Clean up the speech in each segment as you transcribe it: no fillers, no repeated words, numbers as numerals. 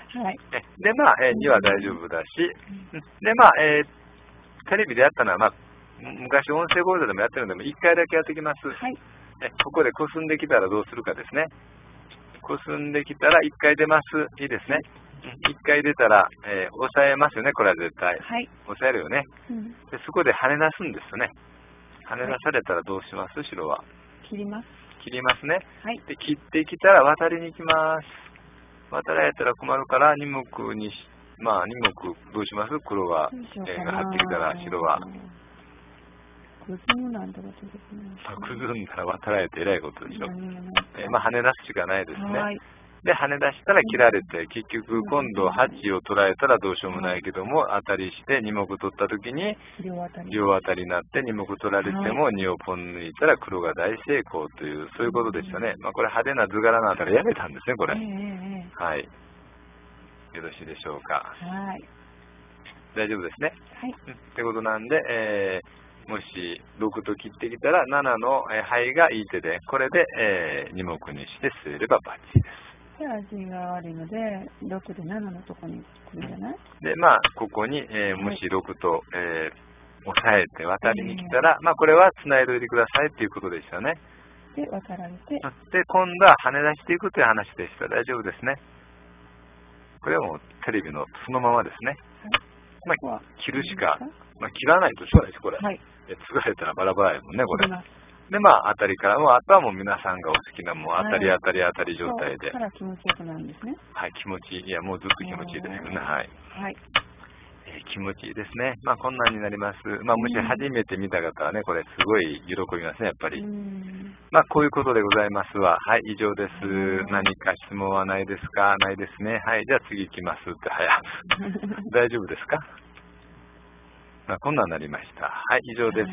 はい。 で、まあ、2は大丈夫だし、で、まあ、テレビでやったのは、まあ、昔音声講座でもやってるのでも1回だけやってきます。 はい。 ここでこすんできたらどうするかですね。こすんできたら1回出ます。いいですね。1回出たら、押さえますよね、これは絶対。 はい。 押さえるよね。でそこで跳ね出すんですよね。跳ね出されたらどうします、白は。 切ります。 切りますね。 はい。 で、切ってきたら渡りに行きます。渡られたら困るから2目にまあ2目どうします？黒が、張ってきたら白は。 くずむなんてことですね。 くずんだら渡られてえらいことでしょ。まあ跳ね出すしかないですね。 はい。 で、跳ね出したら切られて、結局今度8を捉えたらどうしようもないけども、当たりして2目取った時に両当たりになって2目取られても2をポン抜いたら黒が大成功という、そういうことでしたね。まあこれ派手な図柄のあたりやめたんですね、これ。はい。よろしいでしょうか。 はい。 大丈夫ですね。 はい。 ってことなんで、もし6と切ってきたら7の牌がいい手で、これで2目にして据えればバッチリです。 で、味が悪いので、6で7のとこに来るんじゃない？ で、まあ、ここに、もし6と、押さえて渡りに来たら、まあ、これは繋いでおいてくださいっていうことでしたね。 で、渡られて。 で、今度は跳ね出していくという話でした。大丈夫ですね。これはもうテレビのそのままですね。はい、まあ、切るしか、まあ、切らないとしょうがないです、これ。はい。継がれたらバラバラやもんね、これ。で、まあ、当たりから、もうあとはもう皆さんがお好きな、もう当たり当たり当たり状態で。 から気持ちよくなるんですね。 はい、気持ちいい。いや、もうずっと気持ちいいですけどね、はい。はい。気持ちいいですね。まあ、こんなんになります。まあ、もし初めて見た方はね、これすごい喜びますね、やっぱり。まあ、こういうことでございますわ。はい、以上です。何か質問はないですか？ないですね。はい、じゃあ次行きますって、大丈夫ですか？まあ、こんなんなりました。はい、以上です。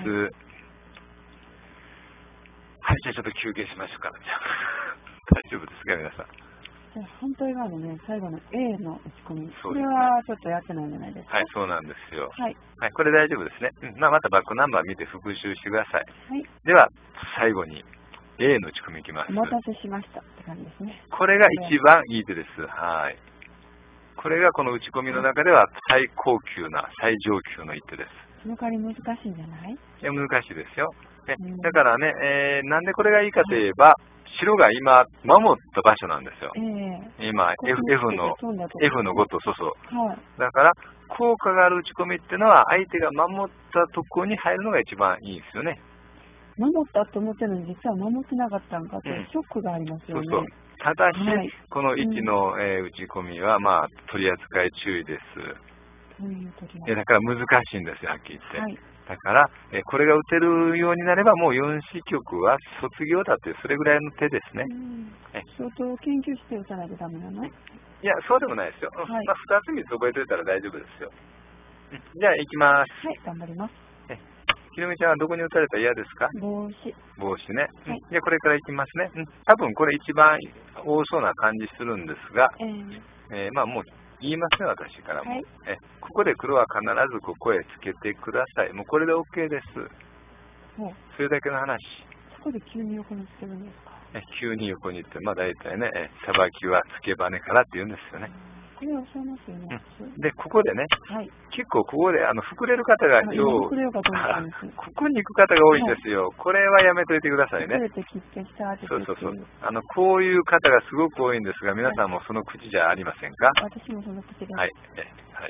はい、じゃあちょっと休憩しましょうか。大丈夫ですか、皆さん。 反対側のね、最後の A の打ち込み、これはちょっとやってないんじゃないですか。 はい、そうなんですよ。 はい。 はい、これ大丈夫ですね。まあ、またバックナンバー見て復習してください。 はい。 では、最後に A の打ち込みいきます。 お待たせしましたって感じですね。 これが一番いい手です。はい。これがこの打ち込みの中では最高級な、最上級の一手です。 その代わり難しいんじゃない？いや、難しいですよ。だからね、なんでこれがいいかといえば、白が今、守った場所なんですよ。今、F の5と、そうそう。はい、だから、効果がある打ち込みっていうのは、相手が守ったとこに入るのが一番いいんですよね。 守ったと思ってるのに、実は守ってなかったんかと、ショックがありますよね。 そうそう。ただし、この1の、打ち込みは、まあ、取り扱い注意です。だから難しいんですよ、はっきり言って。だから、これが打てるようになれば、もう4子局は卒業だという、それぐらいの手ですね。 相当研究して打たないとダメなの？いや、そうでもないですよ。まあ、2つ3つ覚えておいたら大丈夫ですよ。じゃあ、行きます。 はい、頑張ります。 ひろみちゃんはどこに打たれたら嫌ですか？ 帽子。 帽子ね。じゃあ、これから行きますね。多分これ一番多そうな感じするんですが、まあもう、言いますね、私からも。ここで黒は必ずここへつけてください。もうこれで OK です。それだけの話。 そこで急に横につけるんですか？ 急に横にって、まあ大体ね、さばきはつけばねからって言うんですよね。 これは教えますよね。 で、ここでね、結構ここで膨れる方がここに行く方が多いんですよ。これはやめといてくださいね。そうそうそう。こういう方がすごく多いんですが、皆さんもその口じゃありませんか？ 私もその口です。 はい。はい。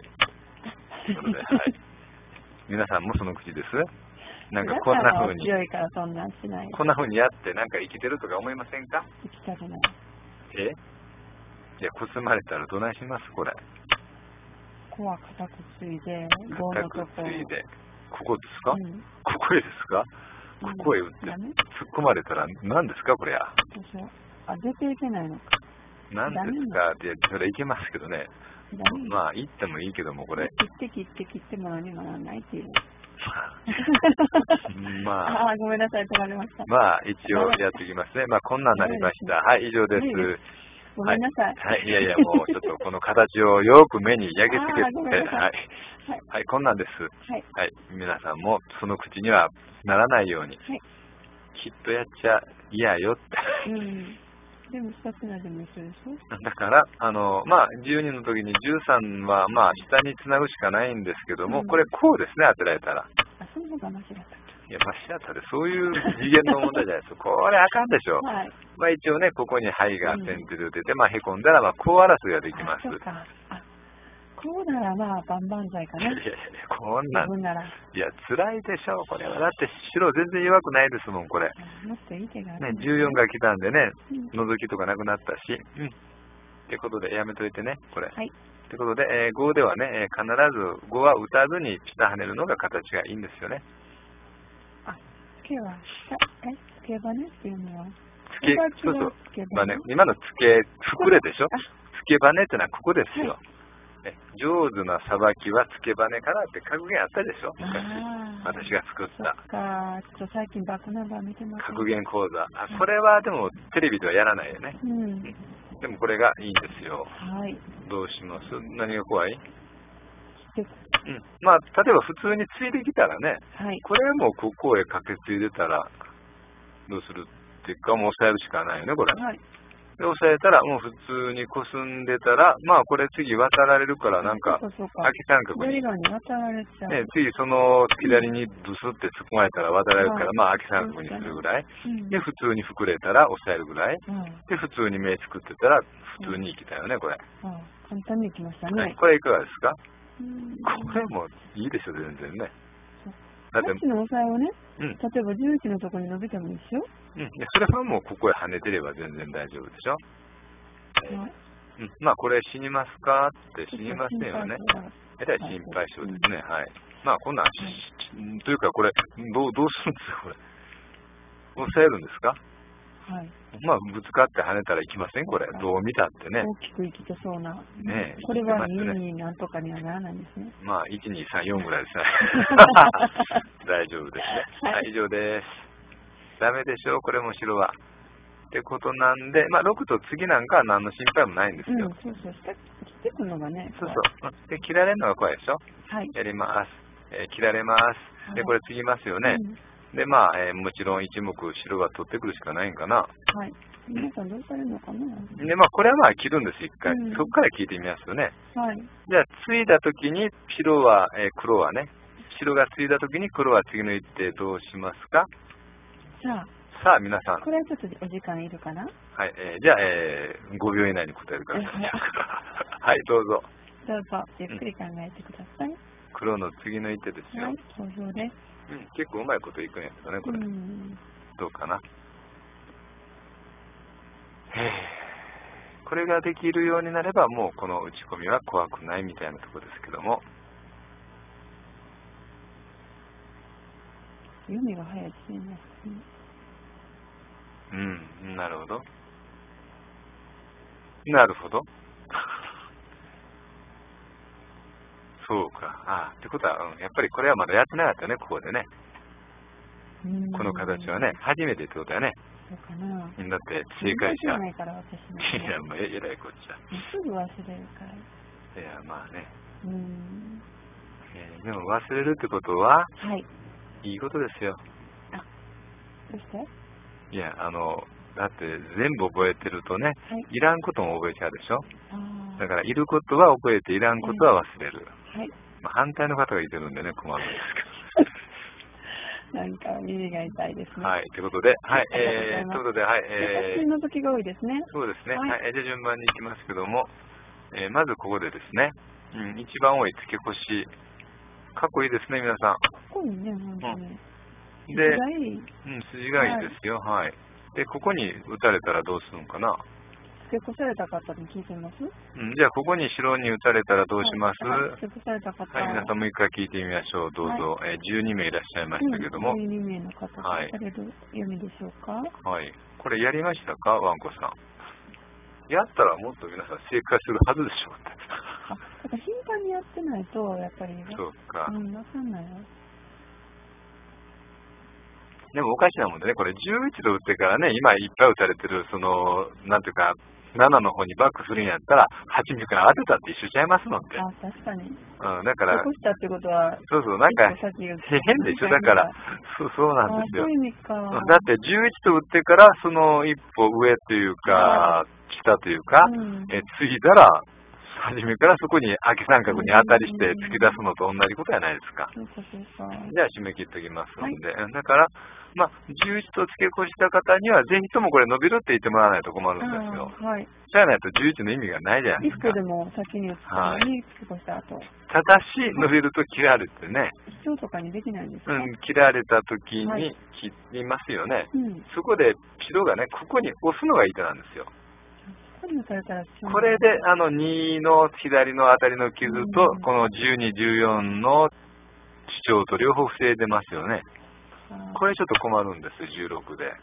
皆さんもその口です。なんかこんな風に。 強いからそんなんしない。 こんな風にやってなんか生きてるとか思いませんか？ 生きたくない。 いや、こすまれたらどないしますこれ。 ここは固くついで、 棒のとこ。固くついで。ここですか？ここへですか？ここへ打って突っ込まれたら何ですかこれや。 出ていけないのか。 何ですかって、それいけますけどね。まあ、行ってもいいけども、これ。 切っても何もならないっていう。 まあ、 ごめんなさい、取られました。 まあ、一応やっていきますね。まあ、こんなんなりました。はい、以上です。 ごめんなさい。 はい、いやいや、もうちょっとこの形をよく目に焼き付けて、はい、こんなんです。はい、皆さんもその口にはならないように。きっとやっちゃ嫌よって。 でも2つなでも一緒でしょ。 だから、まあ、12の時に13は、まあ、下につなぐしかないんですけども、これこうですね、当てられたら。 あ、その方がマシだった。 いや、マシだったで、そういう次元の問題じゃないですか。これあかんでしょ。 はい。まあ一応ね、ここに牌が先手で打てて、まあ、へこんだら、まあ、こう争いができます。 こうならまあ、万々歳かな。 いやいや、こんなん。 ならいや、辛いでしょ、これは。だって白全然弱くないですもん、これ。 もっといい手があね、 る。 14が来たんでね、覗きとかなくなったし。ってことで、やめといてね、これ。はい。ってことで、5ではね、必ず5は打たずに下跳ねるのが形がいいんですよね。 あ、つけは下、つけばねっていうのは。 そうそう。今のつけ、膨れでしょ。つけばねってのはここですよ。上手なさばきはつけばねからって格言あったでしょ、昔。私が作った。 ちょっと最近バックナンバー見てます。 格言講座。これはでもテレビではやらないよね。でもこれがいいんですよ。はい。どうします？何が怖い？まあ、例えば普通についできたらね、これもここへかけついでたら、どうするっていうか、もう押さえるしかないよね、これ。で、押さえたら、もう普通にこすんでたら、まあ、これ次渡られるから、なんか、空き三角に。次、その左にブスって突っ込まれたら渡られるから、まあ、空き三角にするぐらい。で、普通に膨れたら押さえるぐらい。で、普通に目作ってたら、普通にいきたよね、これ。 簡単にいきましたね。 これいかがですか？これもいいでしょ、全然ね。 だって、さっきの押さえをね、例えば11のところに伸びてもいいですよ。 それはもうここへ跳ねてれば全然大丈夫でしょ。まあこれ死にますかって死にませんよね。えらい心配性ですね。はい。まあこんなん、というかこれ、どうするんですか、これ。押さえるんですか？はい。まあぶつかって跳ねたらいきません、これ。どう見たってね。 大きく生きてそうな。ねえ。これは2になんとかにはならないんですね。 まあ1、2、3、4ぐらいですね。大丈夫ですね。はい、以上です。ダメでしょう、これも白は。ってことなんで、まあ、6と次なんかは何の心配もないんですよ。 そうそう、切ってくのがね。 そうそう。で、切られるのが怖いでしょ。はい。やります。切られます。で、これ継ぎますよね。で、まあ、もちろん一目白が取ってくるしかないんかな。はい。 皆さんどうされるのかな。 で、まあ、これはまあ、切るんです、一回。そこから聞いてみますよね。はい。じゃあ、継いだときに、白は、黒はね、白が継いだときに黒は次の一手どうしますか？さあ、皆さん。 これはちょっとお時間いるかな？ はい、じゃあ、5秒以内に答えるから。はい、どうぞ。 どうぞ、ゆっくり考えてください。 黒の次の一手ですよ。 はい、投票です。 結構うまいこといくんやけどね、これ。どうかな。これができるようになれば、もうこの打ち込みは怖くないみたいなところですけども。 読みが早いですね。 なるほど。なるほど。そうか。ってことは、やっぱりこれはまだやってなかったよね、ここでね。この形はね、初めてってことだよね。 そうかな。だって正解者。 いや、もうえらいこっちゃ。 すぐ忘れるから。 いや、まあね。でも忘れるってことは、いいことですよ。 どうして？ いや、だって全部覚えてるとね、いらんことも覚えちゃうでしょ。だから、いることは覚えて、いらんことは忘れる。まあ、反対の方がいてるんでね、困るんですけど。なんか耳が痛いですね。 はい、ということで、はい、ということで、はい、 私の時が多いですね。 そうですね。はい、じゃあ順番に行きますけども、まずここでですね、一番多い付け越し、かっこいいですね、皆さん。 かっこいいね、本当に。 で、筋がいいですよ、はい。で、ここに打たれたらどうするのかな。 付け越された方に聞いてます？ じゃあ、ここに白に打たれたらどうします？ 付け越された方。 はい、皆さんもう一回聞いてみましょう。どうぞ。12名いらっしゃいましたけども。 12名の方がされる読みでしょうか？ はい。これやりましたか、ワンコさん。やったらもっと皆さん正解するはずでしょうって。 だから頻繁にやってないと、やっぱり。 そうか。 わかんないよ。 でもおかしなもんでね、これ11度打ってからね、今いっぱい打たれてる、なんていうか、 7の方にバックするんやったら、8目から当てたって一緒ちゃいますのって。 あ、確かに。 だから、 起こしたってことは、 そうそう、なんか、変でしょ。だから、そうなんですよ。だって、11と打ってから、その一歩上というか、下というか、継いだら、初めからそこに空き三角に当たりして突き出すのと同じことじゃないですか。じゃあ締め切っておきますので。だから、まあ、11と付け越した方には、ぜひともこれ伸びるって言ってもらわないと困るんですよ。そうやないと11の意味がないじゃないですか。 リスクでも先に打つのに付け越した後。 ただし、伸びると切られてね。 一生とかにできないんですか？ 切られた時に切りますよね。そこで白がね、ここに押すのがいい手なんですよ。これで、2の左の当たりの傷と、この12、14の主張と両方防いでますよね。これちょっと困るんです、16で。